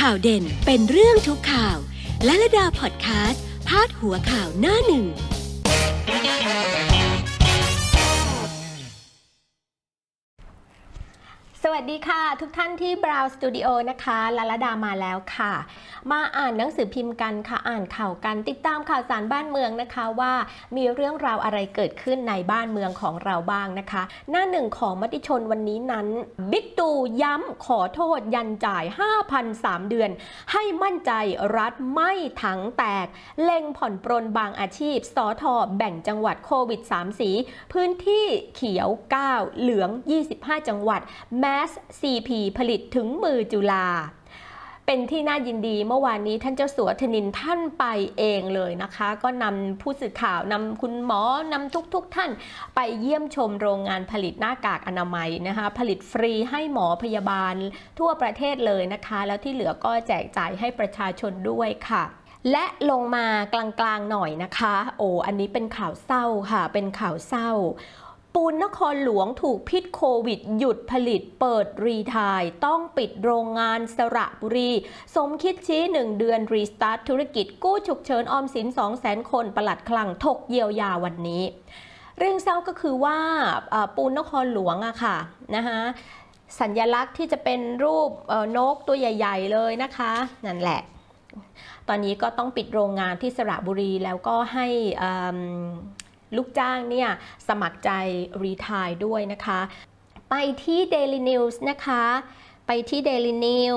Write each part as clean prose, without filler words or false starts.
ข่าวเด่นเป็นเรื่องทุกข่าวและระดาพอดแคสต์พาดหัวข่าวหน้าหนึ่งสวัสดีค่ะทุกท่านที่ Brown Studio นะคะลลดามาแล้วค่ะมาอ่านหนังสือพิมพ์กันค่ะอ่านข่าวกันติดตามข่าวสารบ้านเมืองนะคะว่ามีเรื่องราวอะไรเกิดขึ้นในบ้านเมืองของเราบ้างนะคะหน้าหนึ่งของมติชนวันนี้นั้นบิ๊กตู่ย้ำขอโทษยันจ่าย 5,003 เดือนให้มั่นใจรัฐไม่ถังแตกเล็งผ่อนปรนบางอาชีพสท.แบ่งจังหวัดโควิด3สีพื้นที่เขียว9เหลือง25จังหวัดCP ผลิตถึงมือจุฬาเป็นที่น่ายินดีเมื่อวานนี้ท่านเจ้าสัวธนินทร์ท่านไปเองเลยนะคะก็นำผู้สื่อข่าวนำคุณหมอนำทุกท่านไปเยี่ยมชมโรงงานผลิตหน้ากากอนามัยนะคะผลิตฟรีให้หมอพยาบาลทั่วประเทศเลยนะคะแล้วที่เหลือก็แจกจ่ายให้ประชาชนด้วยค่ะและลงมากลางๆหน่อยนะคะอันนี้เป็นข่าวเศร้าค่ะเป็นข่าวเศร้าปูนนครหลวงถูกพิษโควิดหยุดผลิตเปิดรีไทร์ต้องปิดโรงงานสระบุรีสมคิดชี้1 เดือนรีสตาร์ทธุรกิจกู้ฉุกเฉินออมสิน 200,000 คนปลัดคลังถกเยียวยาวันนี้เรื่องเศร้าก็คือว่าปูนนครหลวงอะค่ะนะคะสัญลักษณ์ที่จะเป็นรูปนกตัวใหญ่ๆเลยนะคะนั่นแหละตอนนี้ก็ต้องปิดโรงงานที่สระบุรีแล้วก็ให้ลูกจ้างเนี่ยสมัครใจรีไทร์ด้วยนะคะไปที่ Daily News นะคะไปที่ Daily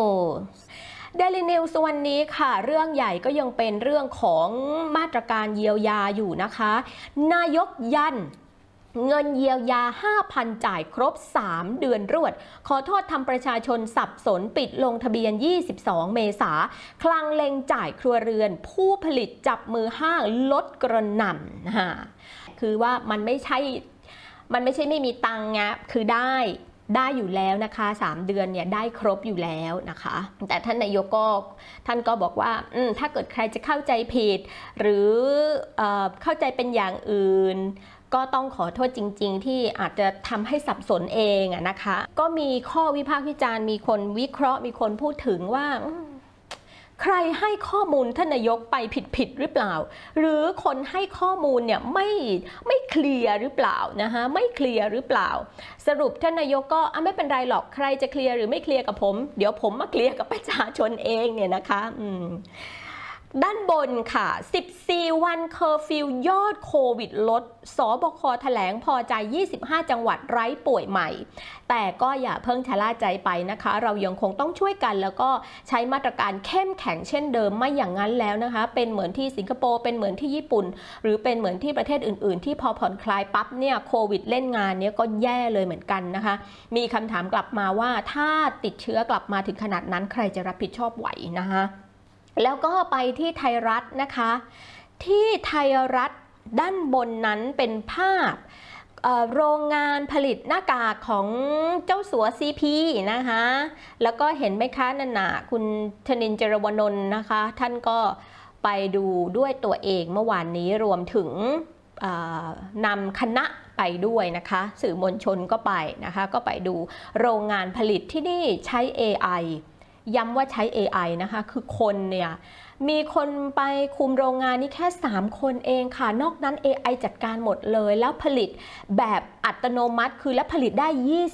News วันนี้ค่ะเรื่องใหญ่ก็ยังเป็นเรื่องของมาตรการเยียวยาอยู่นะคะนายกยันเงินเยียวยา 5,000 จ่ายครบ3 เดือนรวดขอโทษทำประชาชนสับสนปิดลงทะเบียน22 เมษาคลังเล็งจ่ายครัวเรือนผู้ผลิตจับมือห้างลดกระหน่ำนะคะคือว่ามันไม่ใช่ไม่มีตังค์ไงคือได้อยู่แล้วนะคะ3 เดือนเนี่ยได้ครบอยู่แล้วนะคะแต่ท่านนายกท่านก็บอกว่าถ้าเกิดใครจะเข้าใจผิดหรือเข้าใจเป็นอย่างอื่นก็ต้องขอโทษจริงๆที่อาจจะทำให้สับสนเองนะคะก็มีข้อวิพากษ์วิจารณ์มีคนวิเคราะห์มีคนพูดถึงว่าใครให้ข้อมูลท่านนายกไปผิดหรือเปล่าหรือคนให้ข้อมูลเนี่ยไม่เคลียร์หรือเปล่านะคะไม่เคลียร์หรือเปล่าสรุปท่านนายกก็ไม่เป็นไรหรอกใครจะเคลียร์หรือไม่เคลียร์กับผมเดี๋ยวผมมาเคลียร์กับประชาชนเองเนี่ยนะคะด้านบนค่ะ14 วันเคอร์ฟิวยอดโควิดลดสบคแถลงพอใจ25 จังหวัดไร้ป่วยใหม่แต่ก็อย่าเพิ่งชะล่าใจไปนะคะเรายังคงต้องช่วยกันแล้วก็ใช้มาตรการเข้มแข็งเช่นเดิมไม่อย่างนั้นแล้วนะคะเป็นเหมือนที่สิงคโปร์เป็นเหมือนที่ญี่ปุ่นหรือเป็นเหมือนที่ประเทศอื่นๆที่พอผ่อนคลายปั๊บเนี่ยโควิดเล่นงานเนี้ยก็แย่เลยเหมือนกันนะคะมีคำถามกลับมาว่าถ้าติดเชื้อกลับมาถึงขนาดนั้นใครจะรับผิดชอบไหวนะคะแล้วก็ไปที่ไทยรัฐนะคะที่ไทยรัฐด้านบนนั้นเป็นภาพโรงงานผลิตหน้ากากของเจ้าสัว CP นะคะแล้วก็เห็นไหมคะนั่นน่ะคุณธนินทร์ เจรวนนท์นะคะท่านก็ไปดูด้วยตัวเองเมื่อวานนี้รวมถึงนำคณะไปด้วยนะคะสื่อมวลชนก็ไปนะคะก็ไปดูโรงงานผลิตที่นี่ใช้ AIย้ำว่าใช้ AI นะคะคือคนเนี่ยมีคนไปคุมโรงงานนี่แค่3 คนเองค่ะนอกนั้น AI จัดการหมดเลยแล้วผลิตแบบอัตโนมัติคือและผลิตได้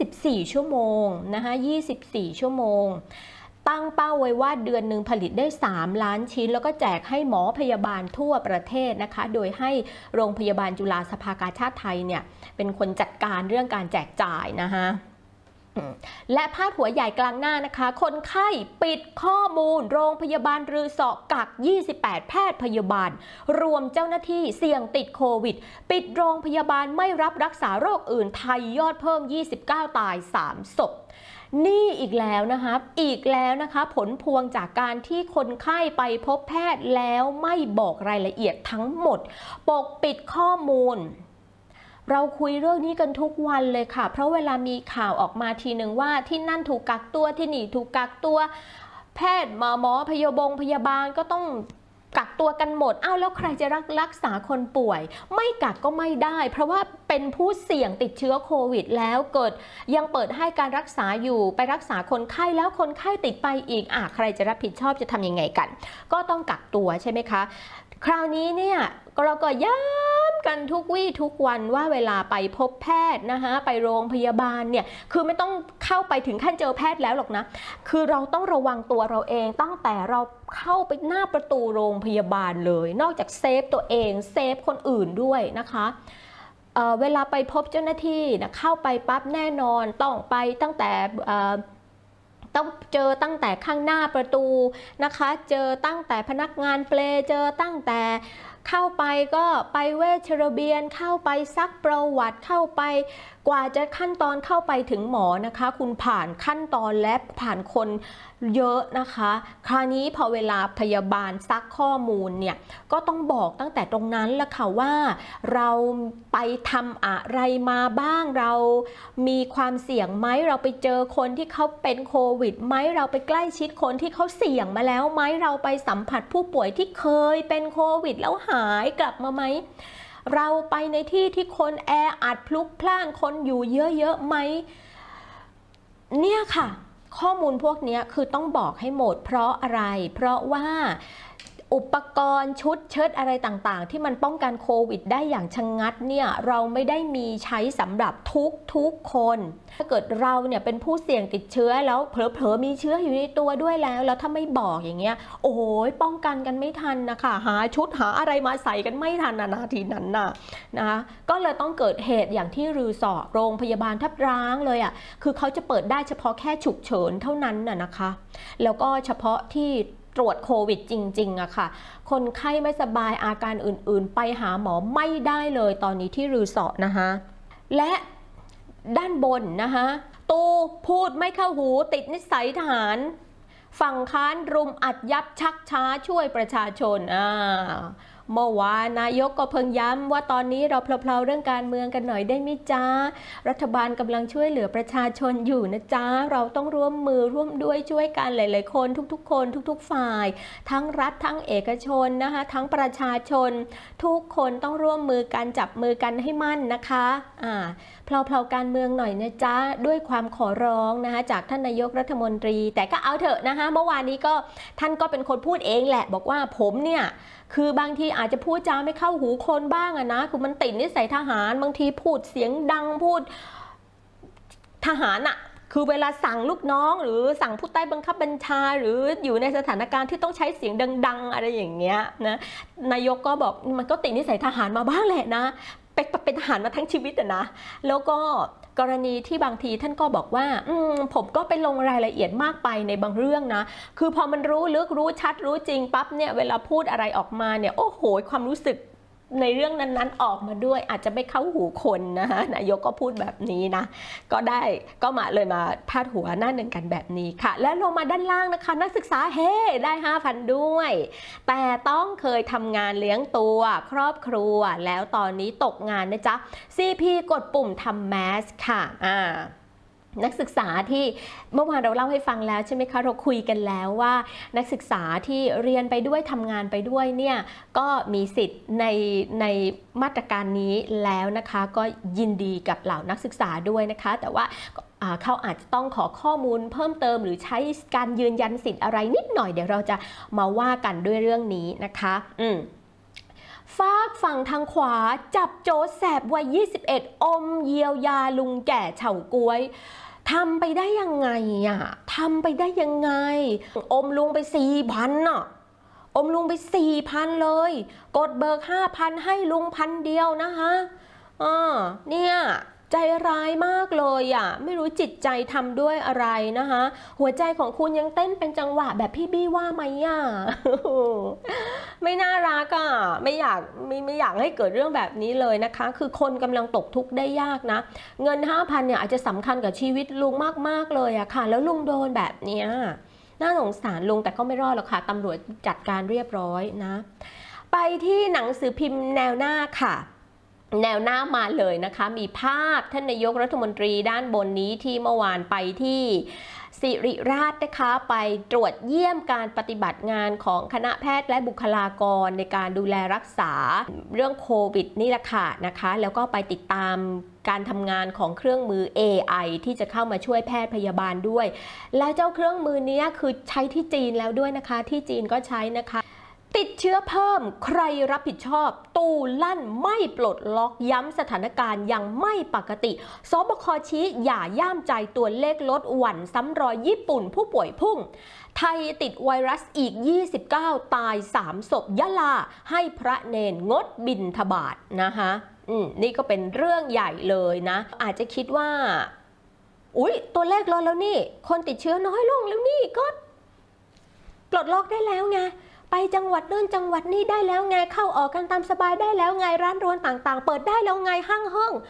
24 ชั่วโมงนะคะ24 ชั่วโมงตั้งเป้าไว้ว่าเดือนหนึ่งผลิตได้3 ล้านชิ้นแล้วก็แจกให้หมอพยาบาลทั่วประเทศนะคะโดยให้โรงพยาบาลจุฬาภากาชาดไทยเนี่ยเป็นคนจัดการเรื่องการแจกจ่ายนะคะและพาดหัวใหญ่กลางหน้านะคะคนไข้ปิดข้อมูลโรงพยาบาลรือสอกัก28 แพทย์พยาบาลรวมเจ้าหน้าที่เสี่ยงติดโควิดปิดโรงพยาบาลไม่รับรักษาโรคอื่นไทยยอดเพิ่ม29ตาย3ศพนี่อีกแล้วนะคะผลพวงจากการที่คนไข้ไปพบแพทย์แล้วไม่บอกรายละเอียดทั้งหมดปกปิดข้อมูลเราคุยเรื่องนี้กันทุกวันเลยค่ะเพราะเวลามีข่าวออกมาทีหนึ่งว่าที่นั่นถูกกักตัวที่นี่ถูกกักตัวแพทย์หมอพยาบาลก็ต้องกักตัวกันหมดแล้วใครจะรักษาคนป่วยไม่กักก็ไม่ได้เพราะว่าเป็นผู้เสี่ยงติดเชื้อโควิดแล้วเกิดยังเปิดให้การรักษาอยู่ไปรักษาคนไข้แล้วคนไข้ติดไปอีกใครจะรับผิดชอบจะทำยังไงกันก็ต้องกักตัวใช่ไหมคะคราวนี้เนี่ยเราก็ย้ำกันทุกวี่ทุกวันว่าเวลาไปพบแพทย์นะคะไปโรงพยาบาลเนี่ยคือไม่ต้องเข้าไปถึงขั้นเจอแพทย์แล้วหรอกนะคือเราต้องระวังตัวเราเองตั้งแต่เราเข้าไปหน้าประตูโรงพยาบาลเลยนอกจากเซฟตัวเองเซฟคนอื่นด้วยนะคะเวลาไปพบเจ้าหน้าที่นะเข้าไปปั๊บแน่นอนต้องไปตั้งแต่ต้องเจอตั้งแต่ข้างหน้าประตูนะคะเจอตั้งแต่พนักงานเปลเจอตั้งแต่เข้าไปก็ไปเวชระเบียนเข้าไปซักประวัติเข้าไปกว่าจะขั้นตอนเข้าไปถึงหมอนะคะคุณผ่านขั้นตอนและผ่านคนเยอะนะคะคราวนี้พอเวลาพยาบาลซักข้อมูลเนี่ยก็ต้องบอกตั้งแต่ตรงนั้นละค่ะว่าเราไปทำอะไรมาบ้างเรามีความเสี่ยงไหมเราไปเจอคนที่เขาเป็นโควิดไหมเราไปใกล้ชิดคนที่เขาเสี่ยงมาแล้วไหมเราไปสัมผัสผู้ป่วยที่เคยเป็นโควิดแล้วหายกลับมาไหมเราไปในที่ที่คนแออัดพลุกพล่านคนอยู่เยอะๆไหมเนี่ยค่ะข้อมูลพวกนี้คือต้องบอกให้หมดเพราะอะไรเพราะว่าอุปกรณ์ชุดเชิดอะไรต่างๆที่มันป้องกันโควิดได้อย่างชะงัดเนี่ยเราไม่ได้มีใช้สำหรับทุกคนถ้าเกิดเราเนี่ยเป็นผู้เสี่ยงติดเชื้อแล้วเผลอๆมีเชื้ออยู่ในตัวด้วยแล้วถ้าไม่บอกอย่างเงี้ยโอ้ยป้องกันกันไม่ทันนะคะหาชุดหาอะไรมาใส่กันไม่ทันนาทีนั้นนะคะก็เลยต้องเกิดเหตุอย่างที่รือสอโรงพยาบาลทับร้างเลยคือเขาจะเปิดได้เฉพาะแค่ฉุกเฉินเท่านั้นนะคะแล้วก็เฉพาะที่ตรวจโควิดจริงๆค่ะคนไข้ไม่สบายอาการอื่นๆไปหาหมอไม่ได้เลยตอนนี้ที่รือสอนะคะและด้านบนนะคะตูพูดไม่เข้าหูติดนิสัยทหารฝั่งค้านรุมอัดยับชักช้าช่วยประชาชนเมื่อวานนายกก็เพิ่งย้ำว่าตอนนี้เราเพลาๆเรื่องการเมืองกันหน่อยได้ไหมจ๊ะรัฐบาลกำลังช่วยเหลือประชาชนอยู่นะจ๊ะเราต้องร่วมมือร่วมด้วยช่วยกันหลายๆคนทุกๆคนทุกๆฝ่ายทั้งรัฐทั้งเอกชนนะคะทั้งประชาชนทุกคนต้องร่วมมือกันจับมือกันให้มั่นนะคะเพลาๆการเมืองหน่อยนะจ๊ะด้วยความขอร้องนะคะจากท่านนายกรัฐมนตรีแต่ก็เอาเถอะนะคะเมื่อวานนี้ก็ท่านก็เป็นคนพูดเองแหละบอกว่าผมเนี่ยคือบางทีอาจจะพูดจาไม่เข้าหูคนบ้างนะคือมันติดนิสัยทหารบางทีพูดเสียงดังพูดทหารคือเวลาสั่งลูกน้องหรือสั่งผู้ใต้บังคับบัญชาหรืออยู่ในสถานการณ์ที่ต้องใช้เสียงดังๆอะไรอย่างเงี้ยนะนายกก็บอกมันก็ติดนิสัยทหารมาบ้างแหละนะเป็นทหารมาทั้งชีวิตนะแล้วก็กรณีที่บางทีท่านก็บอกว่าผมก็ไปลงรายละเอียดมากไปในบางเรื่องนะคือพอมันรู้ลึกรู้ชัดรู้จริงปั๊บเนี่ยเวลาพูดอะไรออกมาเนี่ยโอ้โหความรู้สึกในเรื่องนั้นๆออกมาด้วยอาจจะไม่เข้าหูคนนะคะนายกก็พูดแบบนี้นะก็มาเลยมาพาดหัวหน้าหนึ่งกันแบบนี้ค่ะและลงมาด้านล่างนะคะนักศึกษาได้ 5,000 ด้วยแต่ต้องเคยทำงานเลี้ยงตัวครอบครัวแล้วตอนนี้ตกงานนะจ๊ะ CP กดปุ่มทำแมสค่ะนักศึกษาที่เมื่อวานเราเล่าให้ฟังแล้วใช่ไหมคะเราคุยกันแล้วว่านักศึกษาที่เรียนไปด้วยทำงานไปด้วยเนี่ยก็มีสิทธิ์ในมาตรการนี้แล้วนะคะก็ยินดีกับเหล่านักศึกษาด้วยนะคะแต่ว่าเขาอาจจะต้องขอข้อมูลเพิ่มเติมหรือใช้การยืนยันสิทธิ์อะไรนิดหน่อยเดี๋ยวเราจะมาว่ากันด้วยเรื่องนี้นะคะฝั่งทางขวาจับโจแสบวัย 21 อมเยียวยาลุงแก่เฉาก๊วยทำไปได้ยังไงทำไปได้ยังไงอมลุงไป 4,000 อมลุงไป 4,000 เลยกดเบิก 5,000 ให้ลุง1,000 เดียวนะคะเนี่ยใจร้ายมากเลยไม่รู้จิตใจทำด้วยอะไรนะคะหัวใจของคุณยังเต้นเป็นจังหวะแบบพี่บี้ว่าไหมไม่น่ารักไม่อยากให้เกิดเรื่องแบบนี้เลยนะคะคือคนกำลังตกทุกข์ได้ยากนะเงิน 5,000 เนี่ยอาจจะสำคัญกับชีวิตลุงมากๆเลยค่ะแล้วลุงโดนแบบเนี้ยน่าสงสารลุงแต่ก็ไม่รอดหรอกค่ะตำรวจจัดการเรียบร้อยนะไปที่หนังสือพิมพ์แนวหน้าค่ะแนวหน้ามาเลยนะคะมีภาพท่านนายกรัฐมนตรีด้านบนนี้ที่เมื่อวานไปที่สิริราชนะคะไปตรวจเยี่ยมการปฏิบัติงานของคณะแพทย์และบุคลากรในการดูแลรักษาเรื่องโควิดนี่แหละค่ะนะคะแล้วก็ไปติดตามการทำงานของเครื่องมือ AI ที่จะเข้ามาช่วยแพทย์พยาบาลด้วยและเจ้าเครื่องมือนี้คือใช้ที่จีนแล้วด้วยนะคะที่จีนก็ใช้นะคะติดเชื้อเพิ่มใครรับผิดชอบตู้ลั่นไม่ปลดล็อกย้ำสถานการณ์ยังไม่ปกติสบคชี้อย่าย่ามใจตัวเลขลดหวั่นซ้ำรอยญี่ปุ่นผู้ป่วยพุ่งไทยติดไวรัสอีก29ตาย3ศพยะลาให้พระเนนงดบิณฑบาตนะคะนี่ก็เป็นเรื่องใหญ่เลยนะอาจจะคิดว่าอุ๊ยตัวเลขลดแล้วนี่คนติดเชื้อน้อยลงแล้วนี่ก็ปลดล็อกได้แล้วไงไปจังหวัดนู่นจังหวัดนี้ได้แล้วไงเข้าออกกันตามสบายได้แล้วไงร้านรวนต่างๆเปิดได้แล้วไงห้าง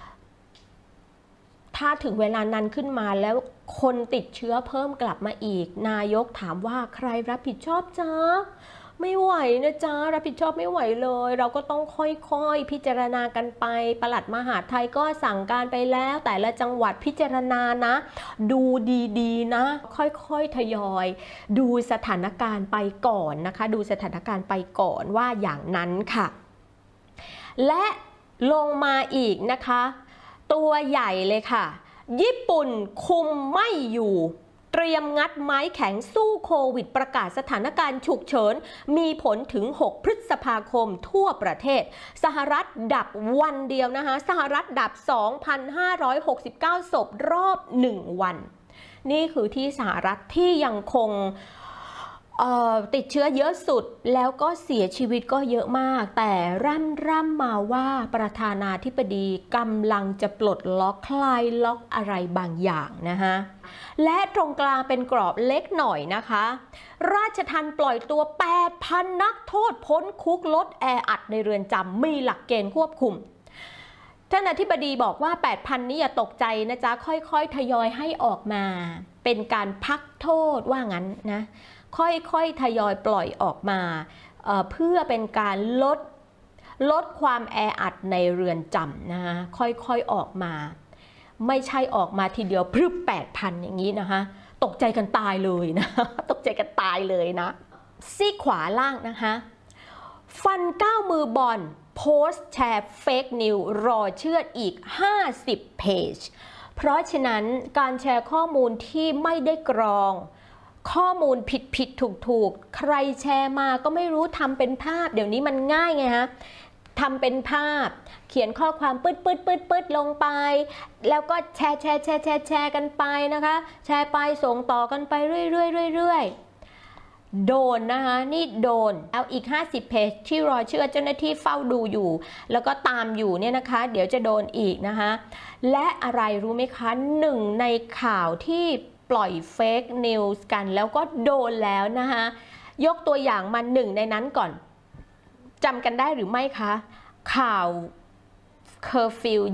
ถ้าถึงเวลานั้นขึ้นมาแล้วคนติดเชื้อเพิ่มกลับมาอีกนายกถามว่าใครรับผิดชอบจ๊ะไม่ไหวนะจ๊ะรับผิดชอบไม่ไหวเลยเราก็ต้องค่อยๆพิจารณากันไปปลัดมหาดไทยก็สั่งการไปแล้วแต่ละจังหวัดพิจารณานะดูดีๆนะค่อยๆทยอยดูสถานการณ์ไปก่อนนะคะดูสถานการณ์ไปก่อนว่าอย่างนั้นค่ะและลงมาอีกนะคะตัวใหญ่เลยค่ะญี่ปุ่นคุมไม่อยู่เตรียมงัดไม้แข็งสู้โควิดประกาศสถานการณ์ฉุกเฉินมีผลถึง6พฤษภาคมทั่วประเทศสหรัฐดับวันเดียวนะคะสหรัฐดับ 2,569 ศพรอบ1วันนี่คือที่สหรัฐที่ยังคงติดเชื้อเยอะสุดแล้วก็เสียชีวิตก็เยอะมากแต่ร่ำมาว่าประธานาธิบดีกำลังจะปลดล็อกคลายล็อกอะไรบางอย่างนะคะและตรงกลางเป็นกรอบเล็กหน่อยนะคะราชทัณฑ์ปล่อยตัว 8,000 นักโทษพ้นคุกลดแออัดในเรือนจำมีหลักเกณฑ์ควบคุมท่านอธิบดีบอกว่า 8,000 นี้อย่าตกใจนะจ๊ะค่อยๆทยอยให้ออกมาเป็นการพักโทษว่างั้นนะค่อยๆทยอยปล่อยออกมาเพื่อเป็นการลดความแออัดในเรือนจำนะคะค่อยๆออกมาไม่ใช่ออกมาทีเดียวพรึบ 8,000 อย่างนี้นะคะตกใจกันตายเลยนะตกใจกันตายเลยนะซีกขวาล่างนะคะฟัน9มือบอลโพสต์แชร์เฟกนิวรอเชื่อดอีก50เพจเพราะฉะนั้นการแชร์ข้อมูลที่ไม่ได้กรองข้อมูลผิดถูกใครแชร์มาก็ไม่รู้ทำเป็นภาพเดี๋ยวนี้มันง่ายไงฮะทำเป็นภาพเขียนข้อความปืดลงไปแล้วก็แชร์กันไปนะคะแชร์ไปส่งต่อกันไปเรื่อยโดนนะคะนี่โดนเอาอีก50เพจที่รอเชื่อเจ้าหน้าที่เฝ้าดูอยู่แล้วก็ตามอยู่เนี่ยนะคะเดี๋ยวจะโดนอีกนะคะและอะไรรู้ไหมคะหนึ่งในข่าวที่ปล่อยเฟกนิวส์กันแล้วก็โดนแล้วนะคะยกตัวอย่างมาหนึ่งในนั้นก่อนจำกันได้หรือไม่คะข่าวเคอร์ฟิว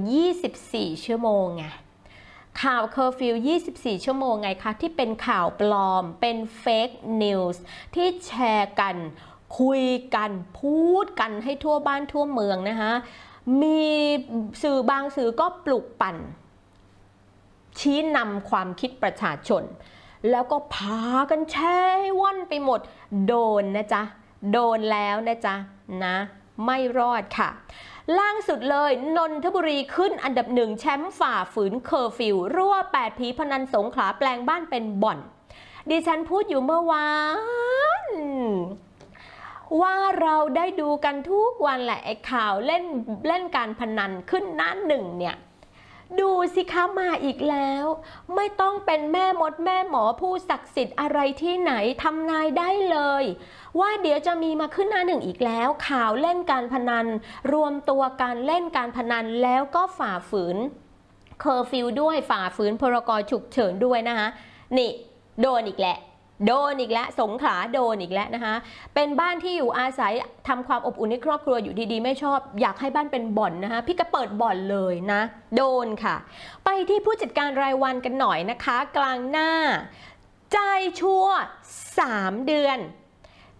24 ชั่วโมงไงข่าวเคอร์ฟิว24 ชั่วโมงไงคะที่เป็นข่าวปลอมเป็นเฟกนิวส์ที่แชร์กันคุยกันพูดกันให้ทั่วบ้านทั่วเมืองนะคะมีสื่อบางสื่อก็ปลุกปั่นชี้นำความคิดประชาชนแล้วก็พากันแชร์ให้ว่อนไปหมดโดนนะจ๊ะโดนแล้วนะจ๊ะนะไม่รอดค่ะล่าสุดเลยนนทบุรีขึ้นอันดับ1แชมป์ฝ่าฝืนเคอร์ฟิวรั่ว8ผีพนันสงขลาแปลงบ้านเป็นบ่อนดิฉันพูดอยู่เมื่อวานว่าเราได้ดูกันทุกวันแหละไอ้ข่าวเล่นการพนันขึ้นหน้าหนึ่งเนี่ยดูสิคะมาอีกแล้วไม่ต้องเป็นแม่มดแม่หมอผู้ศักดิ์สิทธิ์อะไรที่ไหนทำนายได้เลยว่าเดี๋ยวจะมีมาขึ้นหน้าหนึ่งอีกแล้วข่าวเล่นการพนันรวมตัวการเล่นการพนันแล้วก็ฝ่าฝืนเคอร์ฟิวด้วยฝ่าฝืนพรกฉุกเฉินด้วยนะคะนี่โดนอีกแล้วสงขลาโดนอีกแล้วนะคะเป็นบ้านที่อยู่อาศัยทำความอบอุ่นในครอบครัวอยู่ดีๆไม่ชอบอยากให้บ้านเป็นบ่อนนะคะพี่ก็เปิดบ่อนเลยนะโดนค่ะไปที่ผู้จัดการรายวันกันหน่อยนะคะกลางหน้าจ่ายชัวร์3 เดือน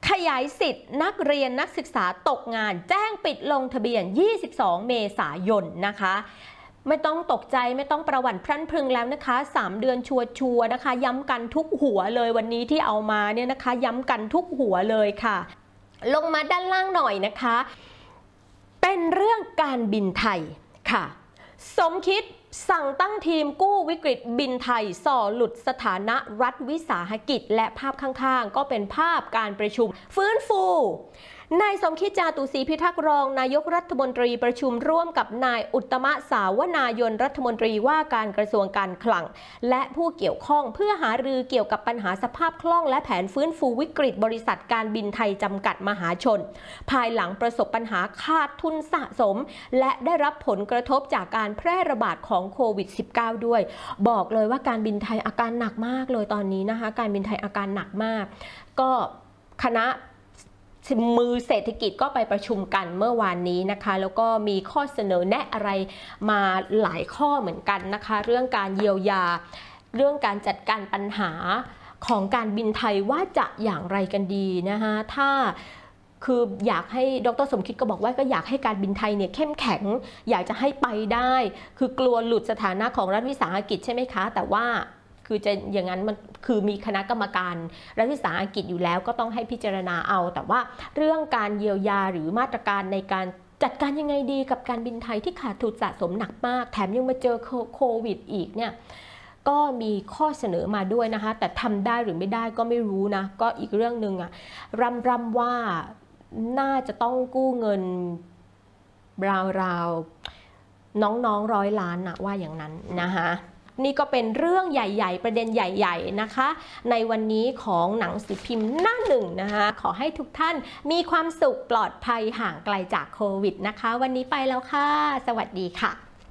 ขยายสิทธิ์นักเรียนนักศึกษาตกงานแจ้งปิดลงทะเบียน 22 เมษายนนะคะไม่ต้องตกใจไม่ต้องประหวั่นพรั่นพรึงแล้วนะคะ3 เดือนชัวร์นะคะย้ำกันทุกหัวเลยวันนี้ที่เอามาเนี่ยนะคะย้ำกันทุกหัวเลยค่ะลงมาด้านล่างหน่อยนะคะเป็นเรื่องการบินไทยค่ะสมคิดสั่งตั้งทีมกู้วิกฤตบินไทยส่อหลุดสถานะรัฐวิสาหกิจและภาพข้างๆก็เป็นภาพการประชุมฟื้นฟูนายสมคิด จาตุศรีพิทักษ์รองนายกรัฐมนตรีประชุมร่วมกับนายอุตตมะ สาวนายนรัฐมนตรีว่าการกระทรวงการคลังและผู้เกี่ยวข้องเพื่อหารือเกี่ยวกับปัญหาสภาพคล่องและแผนฟื้นฟูวิกฤตบริษัทการบินไทยจำกัดมหาชนภายหลังประสบปัญหาขาดทุนสะสมและได้รับผลกระทบจากการแพร่ระบาดของโควิด -19 ด้วยบอกเลยว่าการบินไทยอาการหนักมากเลยตอนนี้นะคะการบินไทยอาการหนักมากก็คณะมือเศรษฐกิจก็ไปประชุมกันเมื่อวานนี้นะคะแล้วก็มีข้อเสนอแนะอะไรมาหลายข้อเหมือนกันนะคะเรื่องการเยียวยาเรื่องการจัดการปัญหาของการบินไทยว่าจะอย่างไรกันดีนะคะถ้าคืออยากให้ดร.สมคิดก็บอกว่าก็อยากให้การบินไทยเนี่ยเข้มแข็งอยากจะให้ไปได้คือกลัวหลุดสถานะของรัฐวิสาหกิจใช่ไหมคะแต่ว่าคือจะอย่างนั้นมันคือมีคณะกรรมการรัฐวิสาหกิจอยู่แล้วก็ต้องให้พิจารณาเอาแต่ว่าเรื่องการเยียวยาหรือมาตรการในการจัดการยังไงดีกับการบินไทยที่ขาดทุนสะสมหนักมากแถมยังมาเจอโควิดอีกเนี่ยก็มีข้อเสนอมาด้วยนะคะแต่ทำได้หรือไม่ได้ก็ไม่รู้นะก็อีกเรื่องหนึ่งอะร่ำว่าน่าจะต้องกู้เงินราวๆน้องๆ100 ล้านนะว่าอย่างนั้นนะคะนี่ก็เป็นเรื่องใหญ่ๆประเด็นใหญ่ๆนะคะในวันนี้ของหนังสือพิมพ์หน้าหนึ่งนะคะขอให้ทุกท่านมีความสุขปลอดภัยห่างไกลจากโควิดนะคะวันนี้ไปแล้วค่ะสวัสดีค่ะ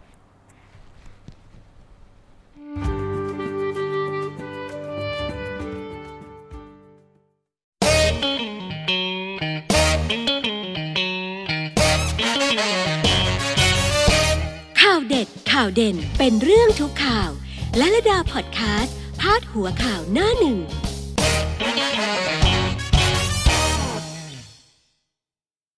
ข่าวเด็ดข่าวเด่นเป็นเรื่องทุกข่าวและระดาพอดแคสต์พาดหัวข่าวหน้าหนึ่ง